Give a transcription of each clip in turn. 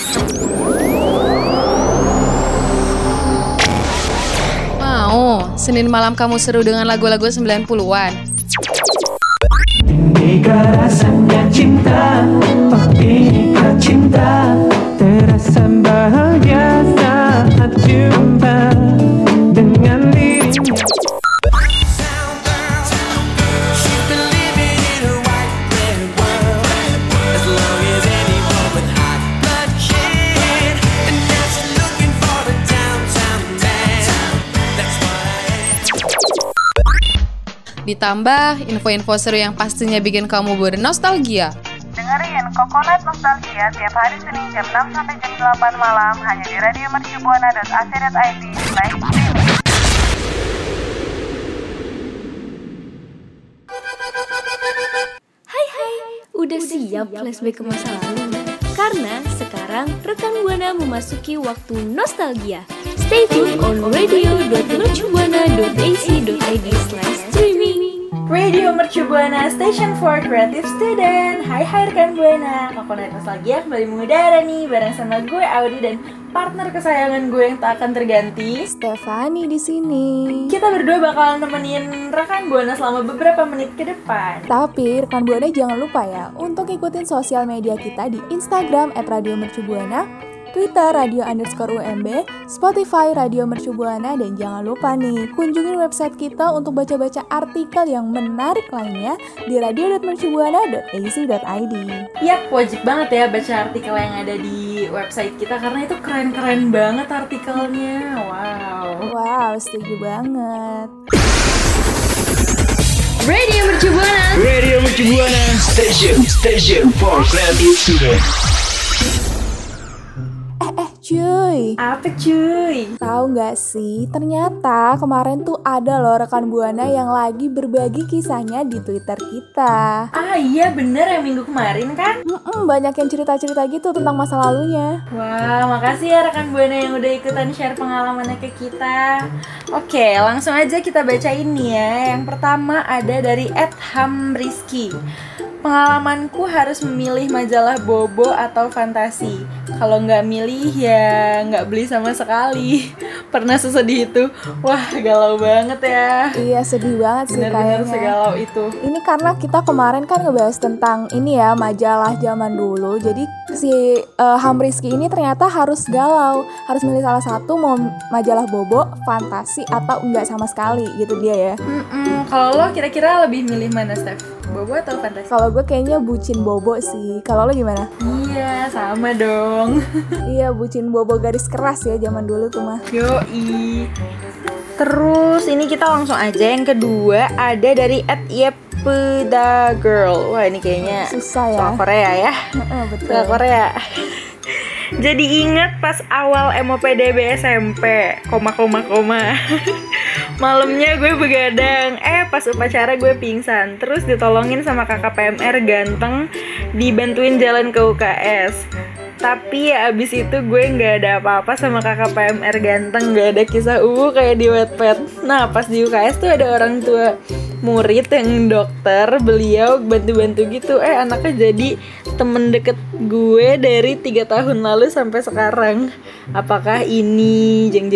Mau, Senin malam kamu seru dengan lagu-lagu 90-an. Inikah rasanya cinta, oh inikah cinta, terasa bahagia saat jumpa dengan dirinya. Ditambah info-info seru yang pastinya bikin kamu bernostalgia. Dengerin Coconut Nostalgia tiap hari Senin jam 6 sampai jam 8 malam hanya di radiomercubuana.ac.id live streaming. Hai, udah siap flashback ke masa lalu? Karena sekarang rekan Buana memasuki waktu nostalgia. Stay tuned on radio.mercubuana.ac.id/streaming. Radio Mercu Buana, Station for Creative Student. Hai rekan Buana, Coconut Nostalgia kembali mengudara nih bareng sama gue Audi dan partner kesayangan gue yang tak akan terganti, Stefani di sini. Kita berdua bakalan temenin rekan Buana selama beberapa menit ke depan. Tapi rekan Buana jangan lupa ya untuk ikutin sosial media kita di Instagram @radiomercubuana, Twitter radio_UMB, Spotify Radio Mercu Buana, dan jangan lupa nih kunjungin website kita untuk baca-baca artikel yang menarik lainnya di radio.mercubuana.ac.id. Yap, wajib banget ya baca artikel yang ada di website kita karena itu keren-keren banget artikelnya. Wow, setuju banget. Radio Mercu Buana. Radio Mercu Buana, Station for Creative Student. Cuy, Apa cuy? tahu nggak sih? Ternyata kemarin tuh ada loh rekan Buana yang lagi berbagi kisahnya di Twitter kita. Ah iya bener yang minggu kemarin kan? Banyak yang cerita-cerita gitu tentang masa lalunya. Wah, makasih ya rekan Buana yang udah ikutan share pengalamannya ke kita. Oke, langsung aja kita bacain nih ya. Yang pertama ada dari @hamrizky. Pengalamanku harus memilih majalah Bobo atau Fantasi. Kalau nggak milih ya nggak beli sama sekali. Pernah sesedih itu. Wah, galau banget ya. Iya, sedih banget sih Bener-bener kayaknya. segalau itu. Ini karena kita kemarin kan ngebahas tentang ini ya, majalah zaman dulu. Jadi si Hamrizky ini ternyata harus galau, harus milih salah satu, mau majalah Bobo, Fantasi, atau enggak sama sekali gitu dia ya. Kalau lo kira-kira lebih milih mana, Steph? Bobo atau Fantasi? Kalau gue kayaknya bucin Bobo sih. Kalau lo gimana? Iya, sama dong. Iya, bucin Bobo garis keras ya zaman dulu tuh mah. Yoi. Terus ini kita langsung aja yang kedua ada dari @yepedagirl. Wah, ini kayaknya Susah ya. soal Korea ya. Betul. Soal Korea. Jadi ingat pas awal MOPDB SMP, koma. Malamnya gue begadang, pas upacara gue pingsan. Terus ditolongin sama kakak PMR ganteng, dibantuin jalan ke UKS. Tapi ya abis itu gue gak ada apa-apa sama kakak PMR ganteng, gak ada kisah kayak di Wattpad. Nah pas di UKS tuh ada orang tua murid yang dokter, beliau bantu-bantu gitu. Anaknya jadi temen deket gue dari 3 tahun lalu sampai sekarang. Apakah ini jeng?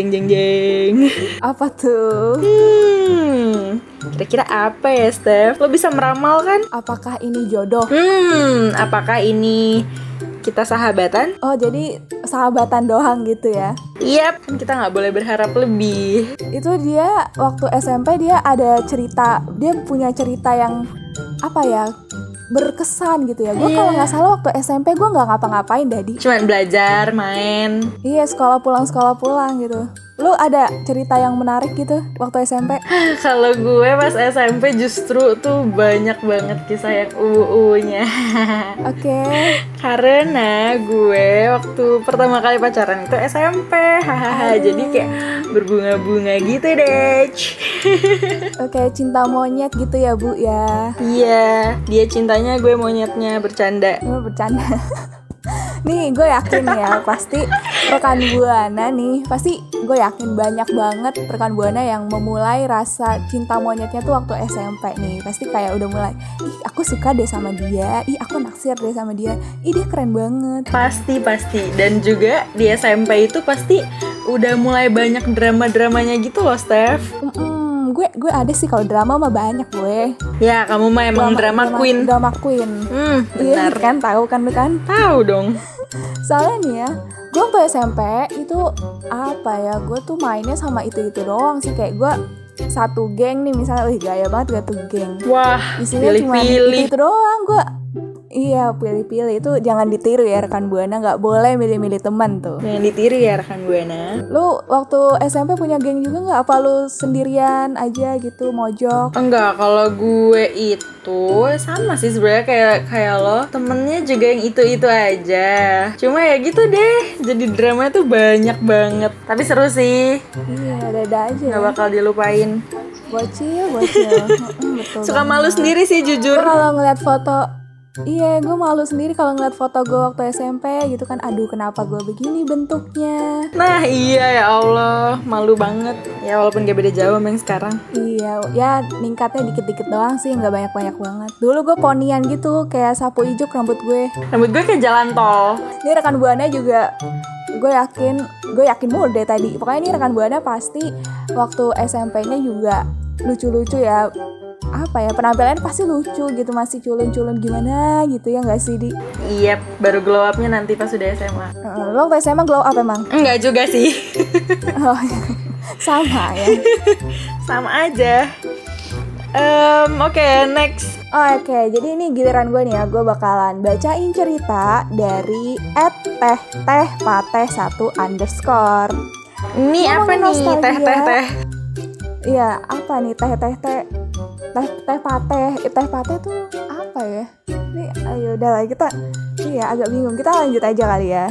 Apa tuh? Kira-kira apa ya, Steph? Lo bisa meramal kan? Apakah ini jodoh? Apakah ini kita sahabatan? Oh, jadi sahabatan doang gitu ya. Yap, kan kita nggak boleh berharap lebih. Itu dia waktu SMP dia ada cerita, dia punya cerita yang apa ya, berkesan gitu ya. Gue kalau nggak salah waktu SMP gue nggak ngapa-ngapain Dadi. Cuman belajar, main. Iya, sekolah pulang gitu. Lu ada cerita yang menarik gitu waktu SMP? Kalau gue pas SMP justru tuh banyak banget kisah yang nya. Oke. Karena gue waktu pertama kali pacaran itu SMP. Jadi kayak berbunga-bunga gitu deh. Oke, cinta monyet gitu ya Bu ya. Iya, dia cintanya, gue monyetnya, bercanda. Bercanda. Nih gue yakin ya pasti rekan Buana nih, pasti gue yakin banyak banget rekan Buana yang memulai rasa cinta monyetnya tuh waktu SMP nih. Pasti kayak udah mulai, ih aku suka deh sama dia, ih aku naksir deh sama dia, ih dia keren banget. Pasti. Dan juga di SMP itu pasti udah mulai banyak drama-dramanya gitu loh, Steph. Gue ada sih kalau drama mah banyak gue. Ya, kamu mah emang drama queen. Drama queen. Iya Benar. kan, tahu kan lu kan? Tahu dong. Soalnya nih ya, gue waktu SMP itu apa ya, gue tuh mainnya sama itu doang sih. Kayak gue satu geng nih misalnya, wih gaya banget satu geng. Wah, Isinya cuma pilih-pilih. itu doang gue. Iya, pilih-pilih itu jangan ditiru ya rekan Buana, nggak boleh milih-milih teman tuh. Yang ditiru ya rekan Buana. Lu waktu SMP punya geng juga nggak? Apa lu sendirian aja gitu, mojok? Enggak, kalau gue itu sama sih sebenarnya kayak lo, temennya juga yang itu aja. Cuma ya gitu deh, jadi drama tuh banyak banget. Tapi seru sih, Iya, ada aja. nggak bakal dilupain. Bocil. Betul Suka banget. malu sendiri sih Gue jujur. kalau ngeliat foto, iya gue malu sendiri kalau ngeliat foto gue waktu SMP gitu kan. Aduh kenapa gue begini bentuknya. Nah iya ya Allah, malu banget. Ya walaupun gak beda jauh sama yang sekarang. Iya, ya ningkatnya dikit-dikit doang sih, nggak banyak-banyak banget. Dulu gue ponian gitu, kayak sapu ijuk rambut gue. Rambut gue kayak jalan tol. Ini rekan Buana juga, gue yakin mulu deh tadi. Pokoknya ini rekan Buana pasti waktu SMP-nya juga lucu-lucu ya. Apa ya, penampilannya pasti lucu gitu, masih culun-culun gimana gitu ya nggak sih Di? Iya, baru glow up-nya nanti pas udah SMA. Lo waktu SMA glow up emang? Enggak juga sih. Oh, sama ya. Sama aja. Oke, next. Oke, jadi ini giliran gue nih ya. Gue bakalan bacain cerita dari @teh-pateh1_. Ini apa Ngomongin nih, nostalgia. teh? Iya, apa nih teh pateh tuh apa ya? Nih, ayo udahlah kita, iya agak bingung. Kita lanjut aja kali ya.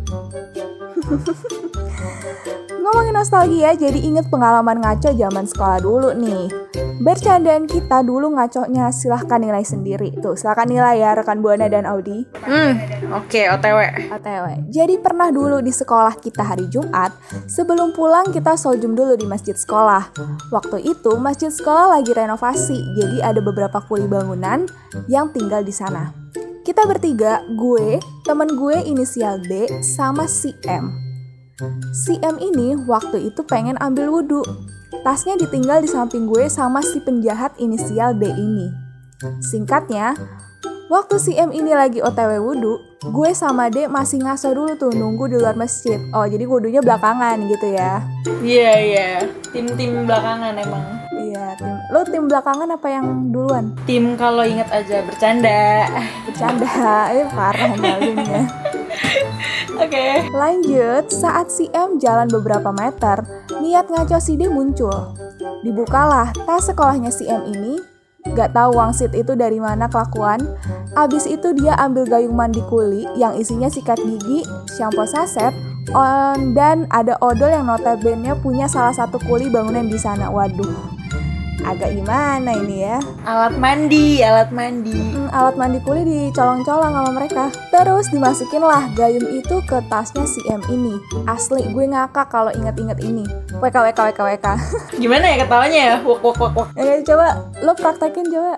Ngomongin nostalgia, jadi inget pengalaman ngaco zaman sekolah dulu nih. Bercandaan kita dulu ngaconya, silahkan nilai sendiri. Tuh, silahkan nilai ya rekan Buana dan Audi. Oke, OTW. Jadi pernah dulu di sekolah kita hari Jumat, sebelum pulang kita sholjum dulu di masjid sekolah. Waktu itu masjid sekolah lagi renovasi, jadi ada beberapa kuli bangunan yang tinggal di sana. Kita bertiga, gue, temen gue inisial D, sama si M. Si M ini waktu itu pengen ambil wudhu. Tasnya ditinggal di samping gue sama si penjahat inisial D ini. Singkatnya, waktu si M ini lagi OTW wudhu, gue sama D masih ngaso dulu tuh nunggu di luar masjid. Oh, jadi wudhunya belakangan gitu ya. Iya. Tim-tim belakangan emang. Iya, lo tim belakangan apa yang duluan? Tim kalau inget aja bercanda. Bercanda, parah ini ya. Oke. Lanjut, saat si M jalan beberapa meter, niat ngaco si D muncul. Dibukalah tas sekolahnya si M ini. Gak tahu wangsit itu dari mana kelakuan. Abis itu dia ambil gayung mandi kuli yang isinya sikat gigi, shampoo saset, dan ada odol yang notabene punya salah satu kuli bangunan di sana. Waduh, agak gimana ini ya? Alat mandi. Alat mandi kuli dicolong-colong sama mereka. Terus dimasukin lah gayung itu ke tasnya si M ini. Asli gue ngakak kalau inget-inget ini. WK. Gimana ya ketawanya ya? Wok. Coba lo praktekin coba.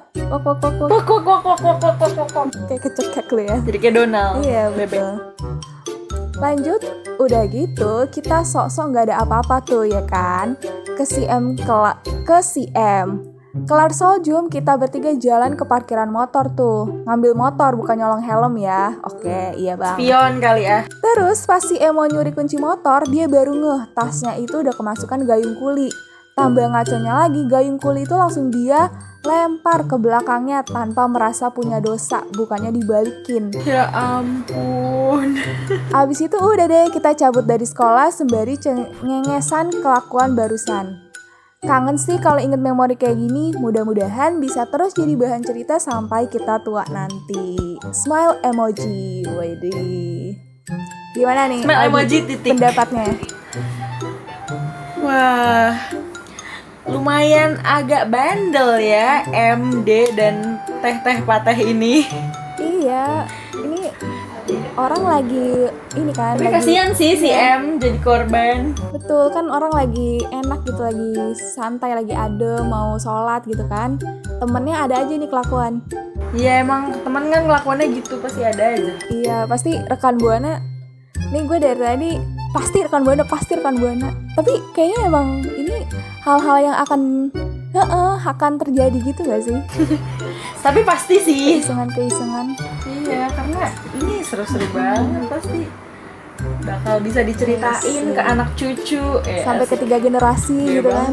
Wok. Kayak kecekek lo ya. Jadi kayak Donald. Iya, bebek. betul. Lanjut, udah gitu kita sok-sok gak ada apa-apa tuh ya kan. Ke si M. Kelar sholjum, kita bertiga jalan ke parkiran motor tuh. Ngambil motor, bukan nyolong helm ya. Oke, iya bang. Pion kali ya. Terus pas si M mau nyuri kunci motor, dia baru ngeh tasnya itu udah kemasukan gayung kuli. Tambah ngaconya lagi, gayung kuli itu langsung dia lempar ke belakangnya tanpa merasa punya dosa, bukannya dibalikin. Ya ampun. Abis itu udah deh kita cabut dari sekolah sembari cengengesan kelakuan barusan. Kangen sih kalau inget memori kayak gini, mudah-mudahan bisa terus jadi bahan cerita sampai kita tua nanti. Smile emoji, widih. Gimana nih? Smile Adi, emoji titik. pendapatnya? Wah, lumayan agak bandel ya MD dan teh pateh ini. Iya, ini orang lagi ini kan. Tapi lagi, kasihan sih si M jadi korban. Betul kan, orang lagi enak gitu, lagi santai, lagi adem, mau sholat gitu kan. Temennya ada aja nih kelakuan. Iya emang temen kan ngelakuannya gitu pasti ada aja. Iya pasti rekan Buana. Nih gue dari tadi pasti rekan Buana. Tapi kayaknya emang ini hal-hal yang akan terjadi gitu gak sih? Tapi pasti sih. Keisengan. Iya karena ini seru-seru banget pasti bakal bisa diceritain ke anak cucu Sampai ke 3 generasi gitu kan.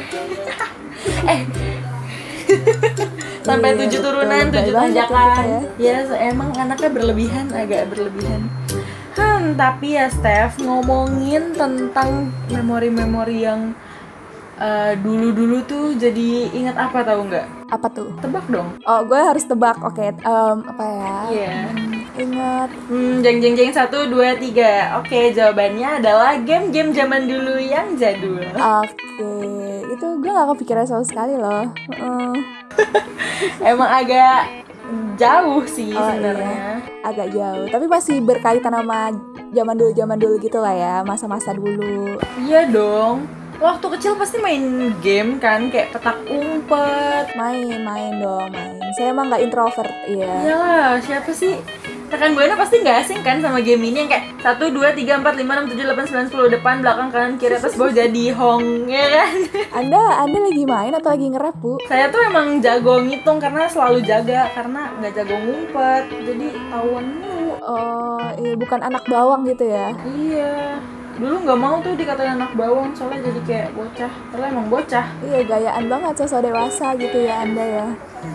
Sampai 7 Iya, turunan, betul. 7 Baik banget tanjakan. kita Ya emang anaknya agak berlebihan. Tapi ya Steph, ngomongin tentang memori-memori yang dulu-dulu tuh jadi ingat apa tahu nggak? Apa tuh? Tebak dong. Oh, gue harus tebak. Oke, apa ya? Iya. Ingat. Jeng 1, 2, 3. Oke, jawabannya adalah game-game zaman dulu yang jadul. Oke, itu gue gak kepikiran sama sekali loh. Emang agak jauh sih Oh, sebenarnya. iya. Agak jauh, tapi masih berkaitan sama zaman dulu gitu lah ya, masa-masa dulu. Iya dong. Waktu kecil pasti main game kan, kayak petak umpet. Main dong. Saya emang gak introvert, iya. Iyalah, siapa sih? Rekan Buana pasti gak asing kan sama game ini yang kayak 1, 2, 3, 4, 5, 6, 7, 8, 9, 10 depan, belakang, kanan, kiri, atas, bawah jadi hong, ya kan? Anda lagi main atau lagi nge-rap, Bu? Saya tuh emang jago ngitung karena selalu jaga, karena gak jago ngumpet, jadi tahuan mulu. Oh, iya, bukan anak bawang gitu ya? Iya, dulu gak mau tuh dikatain anak bawang soalnya jadi kayak bocah, karena emang bocah. Iya, gayaan banget sosok dewasa gitu ya Anda ya.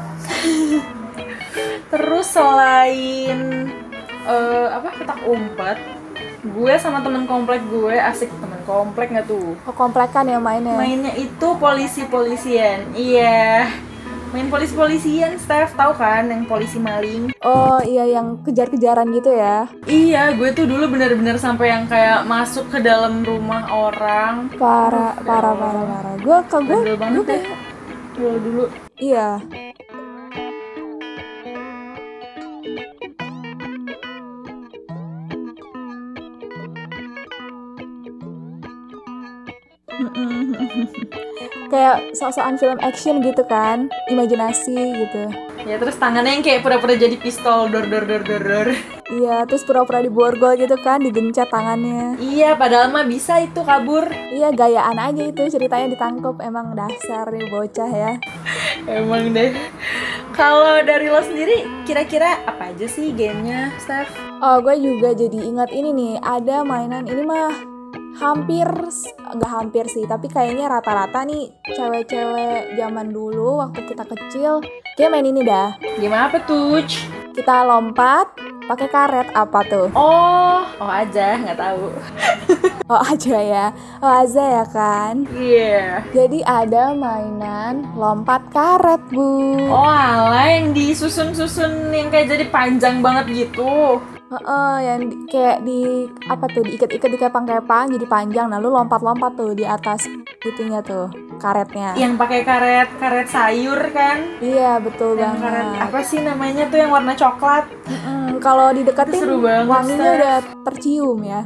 Terus selain petak umpet, gue sama temen komplek gue asik. Temen komplek nggak tuh? Oh, komplekan ya mainnya? Mainnya itu polisi-polisian. Iya, main polisi-polisian. Steph tahu kan yang polisi maling? Oh iya, yang kejar-kejaran gitu ya? Iya, gue tuh dulu bener-bener sampai yang kayak masuk ke dalam rumah orang. Parah. Gue Bandel banget deh dulu. Iya. Kayak sok-sokan film action gitu kan, imajinasi gitu. Ya terus tangannya yang kayak pura-pura jadi pistol, dor. Iya, terus pura-pura diborgol gitu kan, digencet tangannya. Iya, padahal mah bisa itu kabur. Iya, gayaan aja itu, ceritanya ditangkap. Emang dasar nih bocah ya. Emang deh. Kalau dari lo sendiri, kira-kira apa aja sih gamenya, Steph? Oh, gue juga jadi ingat ini nih, ada mainan ini mah nggak hampir sih, tapi kayaknya rata-rata nih cewek-cewek zaman dulu waktu kita kecil kayak main ini dah. Game apa tuh? Kita lompat pakai karet. Apa tuh? Oh aja, nggak tahu. Oh aja ya kan. Iya. Jadi ada mainan lompat karet, Bu. Oh alah, yang disusun-susun yang kayak jadi panjang banget gitu. Yang kayak diikat-ikat di kepang-kepang jadi panjang. Nah, lu lompat-lompat tuh di atas itunya tuh, karetnya. Yang pakai karet sayur kan? Iya, betul Yang banget. karet apa sih namanya tuh yang warna coklat? Kalau dideketin Seru banget, wanginya Steph. udah tercium ya.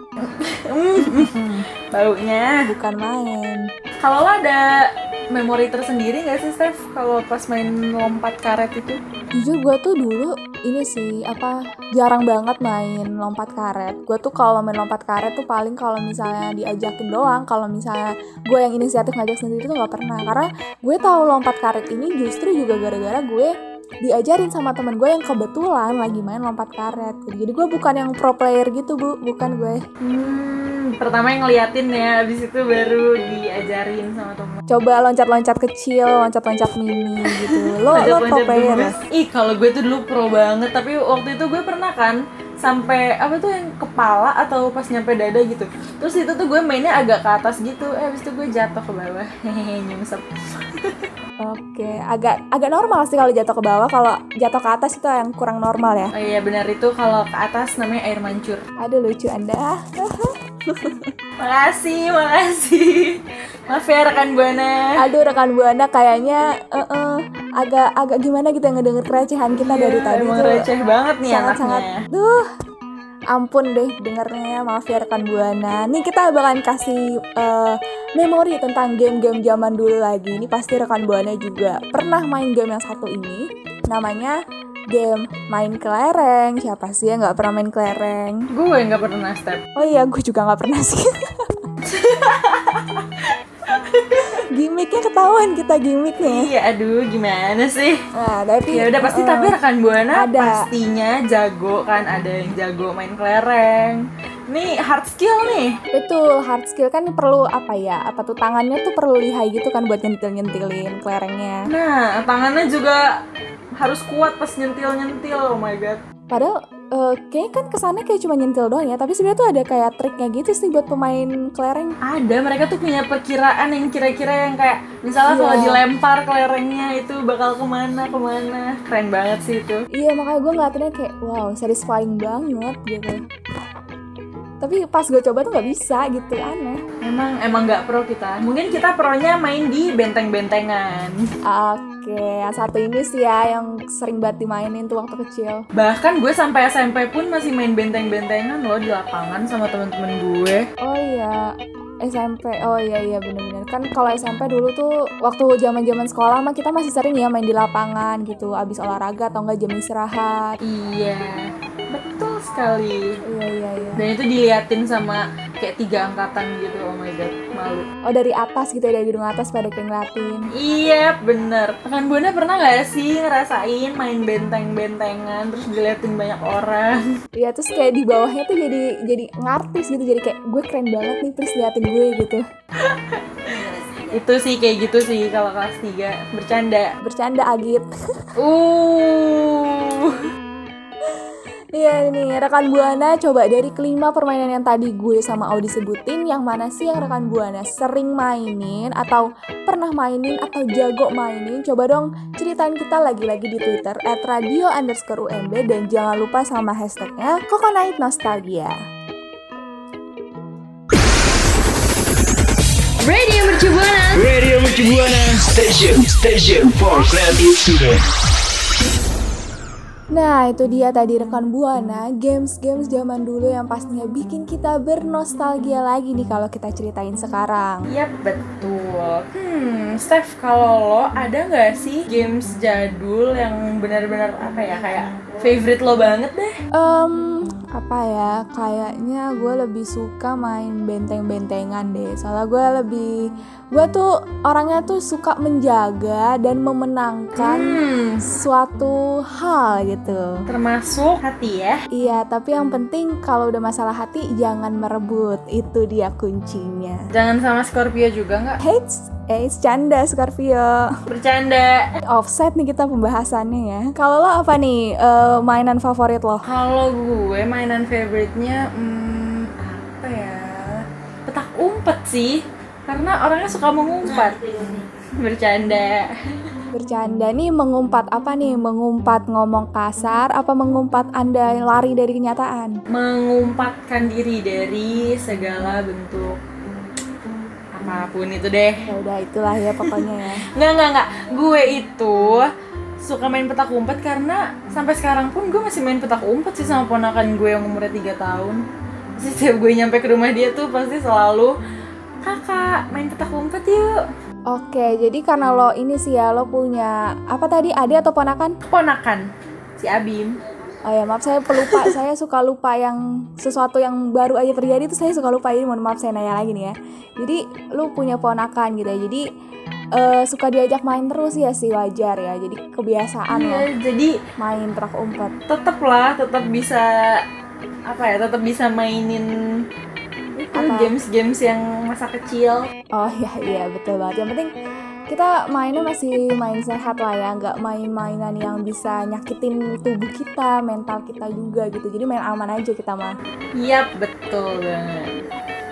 Baunya. Bukan main. Kalau lo ada memori tersendiri nggak sih, Steph, kalau pas main lompat karet itu? Jujur gue tuh dulu ini sih jarang banget main lompat karet. Gue tuh kalau main lompat karet tuh paling kalau misalnya diajakin doang. Kalau misalnya gue yang inisiatif ngajak sendiri tuh nggak pernah. Karena gue tahu lompat karet ini justru juga gara-gara gue diajarin sama temen gue yang kebetulan lagi main lompat karet. Jadi gue bukan yang pro player gitu, Bu, bukan gue. Pertama yang ngeliatin ya, abis itu baru diajarin sama temen. Coba loncat-loncat kecil, loncat-loncat mini gitu. Lo pro player ya? Ih, kalau gue tuh dulu pro banget, tapi waktu itu gue pernah kan sampai apa tuh yang kepala atau pas nyampe dada gitu. Terus itu tuh gue mainnya agak ke atas gitu. Abis itu gue jatuh ke bawah. Hehehe, nyungsep. Oke, agak normal sih kalau jatuh ke bawah. Kalau jatuh ke atas itu yang kurang normal ya. Oh iya benar, itu kalau ke atas namanya air mancur. Aduh, lucu Anda. Makasih. Maaf ya rekan Buana. Aduh, rekan Buana kayaknya agak gimana gitu yang ngedenger kerecehan kita dari tadi Emang tuh. receh banget nih Sangat-sangat. anaknya. Ampun deh dengernya, maaf ya rekan Buana. Nih kita bakalan kasih memori tentang game-game zaman dulu lagi. Ini pasti rekan Buana juga pernah main game yang satu ini. Namanya game main kelereng. Siapa sih yang gak pernah main kelereng? Gue nggak pernah step. Oh iya, gue juga gak pernah sih. Gimiknya ketahuan kita gimiknya. Iya, aduh gimana sih? Nah, tapi Ya udah pasti tapi rekan Buana ada. pastinya jago kan, ada yang jago main kelereng. Nih hard skill nih. betul, hard skill kan perlu apa ya? Apa tuh tangannya tuh perlu lihai gitu kan buat nyentil-nyentilin kelerengnya. Nah, tangannya juga harus kuat pas nyentil-nyentil. Oh my god. Padahal kayaknya kan kesannya kayak cuma nyentil doang ya, tapi sebenarnya tuh ada kayak triknya gitu sih buat pemain kelereng. Ada, mereka tuh punya perkiraan yang kira-kira yang kayak misalnya Iya. kalau dilempar kelerengnya itu bakal kemana. Keren banget sih itu. Iya, makanya gue ngeliatinnya kayak wow, satisfying banget gitu. Tapi pas gue coba tuh nggak bisa gitu, aneh. Emang nggak pro kita. Mungkin kita pronya main di benteng-bentengan. Oke, yang satu ini sih ya yang sering banget dimainin tuh waktu kecil. Bahkan gue sampai SMP pun masih main benteng-bentengan loh di lapangan sama temen-temen gue. Oh iya, SMP. Oh iya bener-bener. Kan kalau SMP dulu tuh waktu zaman-zaman sekolah mah kita masih sering ya main di lapangan gitu, abis olahraga atau enggak jam istirahat. Iya, betul sekali. Iya. Dan itu diliatin sama kayak 3 angkatan gitu. Oh my god, malu. Oh dari atas gitu ya, dari gedung atas pada kayak ngeliatin. Iya, bener. Rekan Buana pernah gak sih ngerasain main benteng-bentengan terus diliatin banyak orang? Iya, terus kayak di bawahnya tuh jadi ngartis gitu, jadi kayak gue keren banget nih, terus liatin gue gitu. Itu sih kayak gitu sih kalau kelas 3. Bercanda Agit. Uh. Iya nih, rekan Buana coba dari kelima permainan yang tadi gue sama Audi sebutin, yang mana sih yang rekan Buana sering mainin atau pernah mainin atau jago mainin? Coba dong ceritain kita lagi-lagi di Twitter @radio_UMB dan jangan lupa sama hashtagnya Coconut Nostalgia. Radio Mercu Buana. Radio Mercu Buana. Station for creative students. Nah, itu dia tadi rekan Buana, games-games zaman dulu yang pastinya bikin kita bernostalgia lagi nih kalau kita ceritain sekarang. Iya betul. Steph, kalau lo ada nggak sih games jadul yang benar-benar apa ya, kayak favorite lo banget deh? Apa ya, kayaknya gue lebih suka main benteng-bentengan deh. Soalnya gue tuh orangnya tuh suka menjaga dan memenangkan suatu hal gitu. Termasuk hati ya? Iya, tapi yang penting kalau udah masalah hati jangan merebut, itu dia kuncinya. Jangan sama Scorpio juga nggak? Canda Scorpio. Bercanda. Offset nih kita pembahasannya ya. Kalau lo apa nih mainan favorit lo? Kalau gue mainan favoritnya apa ya? Petak umpet sih. Karena orangnya suka mengumpat. Bercanda Nih, mengumpat apa nih? Mengumpat ngomong kasar apa mengumpat Anda lari dari kenyataan? Mengumpatkan diri dari segala bentuk apapun itu deh. Ya udah itulah ya pokoknya ya. Nggak. Gue itu suka main petak umpet karena sampai sekarang pun gue masih main petak umpet sih sama ponakan gue yang umurnya 3 tahun. Setiap gue nyampe ke rumah dia tuh pasti selalu, "Kakak, main petak umpet yuk." Oke, jadi karena lo ini sih ya, lo punya apa tadi, adik atau ponakan? Ponakan si Abim. Oh ya maaf, saya pelupa. Saya suka lupa yang sesuatu yang baru aja terjadi tuh saya suka lupa. Jadi mohon maaf saya nanya lagi nih ya. Jadi lu punya ponakan gitu ya. Jadi suka diajak main terus ya sih, wajar ya. Jadi kebiasaan Iya, lo jadi main petak umpet. tetap bisa apa ya? Tetap bisa mainin itu Apa? games-games yang masa kecil. Oh iya betul banget. Yang penting kita mainnya masih main sehat lah ya, nggak main-mainan yang bisa nyakitin tubuh kita, mental kita juga gitu. Jadi main aman aja kita mah. Yap, betul banget.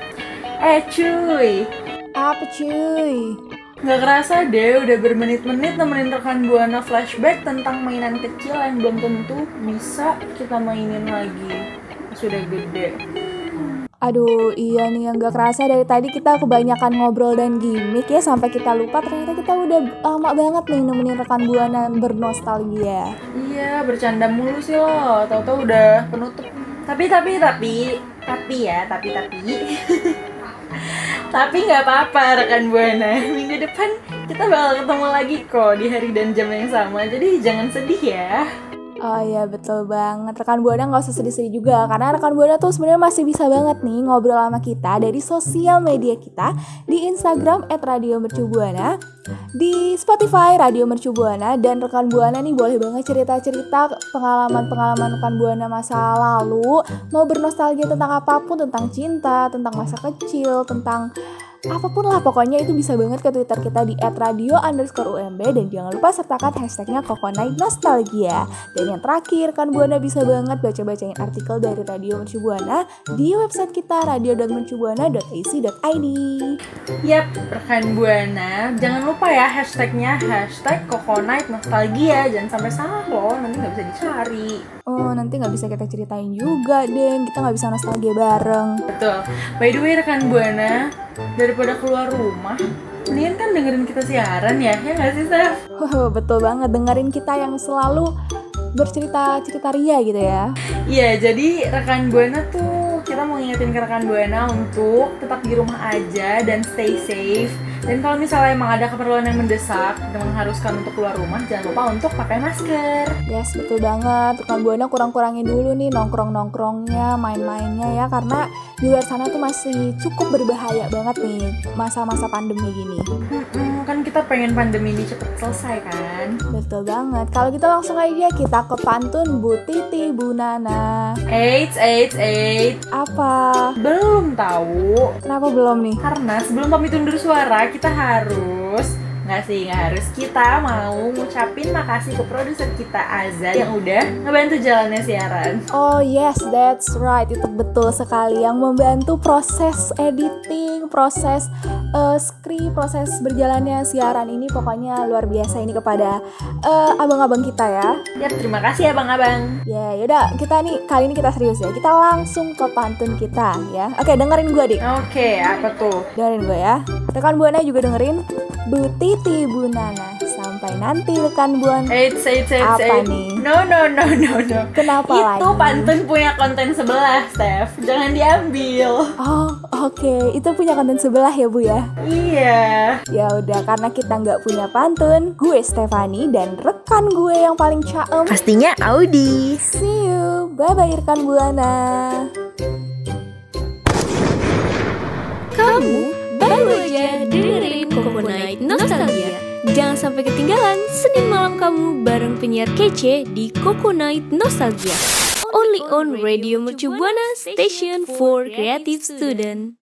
Cuy, Apa cuy? nggak kerasa deh udah bermenit-menit nemenin rekan Buana flashback tentang mainan kecil yang belum tentu bisa kita mainin lagi sudah gede. Aduh iya nih, yang gak kerasa dari tadi kita kebanyakan ngobrol dan gimmick ya, sampai kita lupa ternyata kita udah lama banget nih nemenin rekan Buana bernostalgia. Iya, bercanda mulu sih lo, tau-tau udah penutup Tapi tapi nggak apa-apa rekan Buana. Minggu depan kita bakal ketemu lagi kok di hari dan jam yang sama. Jadi jangan sedih ya. Oh iya betul banget, rekan Buana gak usah sedih-sedih juga. Karena rekan Buana tuh sebenarnya masih bisa banget nih ngobrol sama kita dari sosial media kita. Di Instagram @radiomercubuana, di Spotify Radio Mercu Buana. Dan rekan Buana nih boleh banget cerita-cerita pengalaman-pengalaman rekan Buana masa lalu. Mau bernostalgia tentang apapun, tentang cinta, tentang masa kecil, tentang apapun lah, pokoknya itu bisa banget ke Twitter kita di @radio_UMB. Dan jangan lupa sertakan hashtagnya Coconut Nostalgia. Dan yang terakhir, kan Buana bisa banget baca-bacain artikel dari Radio Mercu Buana di website kita radio.mercubuana.ac.id. Yap, rekan Buana, jangan lupa ya hashtagnya #Coconut Nostalgia. Jangan sampai salah loh, nanti gak bisa dicari. Oh, nanti gak bisa kita ceritain juga deh, kita gak bisa nostalgia bareng. Betul. By the way rekan Buana, daripada keluar rumah, mendingan kan dengerin kita siaran ya gak sih Steph? Betul banget, dengerin kita yang selalu bercerita-cerita ria gitu ya. Iya, jadi rekan Buana tuh kita mau ngingetin ke rekan Buana untuk tetap di rumah aja dan stay safe. Dan kalau misalnya emang ada keperluan yang mendesak dan mengharuskan untuk keluar rumah, jangan lupa untuk pakai masker. Yes, betul banget. Rekan Buana kurang-kurangin dulu nih nongkrong-nongkrongnya, main-mainnya ya. Karena di luar sana tuh masih cukup berbahaya banget nih masa-masa pandemi gini. Kan kita pengen pandemi ini cepet selesai kan? Betul banget. Kalau gitu langsung aja kita ke pantun Bu Titi Bu Nana. Eits. Apa? Belum tahu. Kenapa belum nih? Karena sebelum pamit undur suara, kita harus kita mau ngucapin makasih ke produser kita Azza yang udah ngebantu jalannya siaran. Oh yes, that's right, itu betul sekali, yang membantu proses editing, proses skrip, proses berjalannya siaran ini. Pokoknya luar biasa ini kepada abang-abang kita ya. Yap, terima kasih abang-abang. Ya yaudah, kita nih kali ini kita serius ya, kita langsung ke pantun kita ya. Oke, dengerin gue dik. Oke, apa tuh? Dengerin gue ya. Rekan Buana juga dengerin. Bu Titi Bu Nana, sampai nanti rekan Buana. Eits. Apa nih? No. Kenapa lagi? Itu pantun punya konten sebelah, Steph. Jangan diambil. Oh, oke. Itu punya konten sebelah ya, Bu ya? Iya. Ya udah, karena kita nggak punya pantun, gue Stefani dan rekan gue yang paling caem Pastinya Audi. See you. Bye-bye rekan Buana. Kamu baru aja dengerin Coconut Nostalgia. Jangan sampai ketinggalan Senin malam kamu bareng penyiar kece di Coconut Nostalgia. Only on Radio Mercu Buana, Station for Creative Student.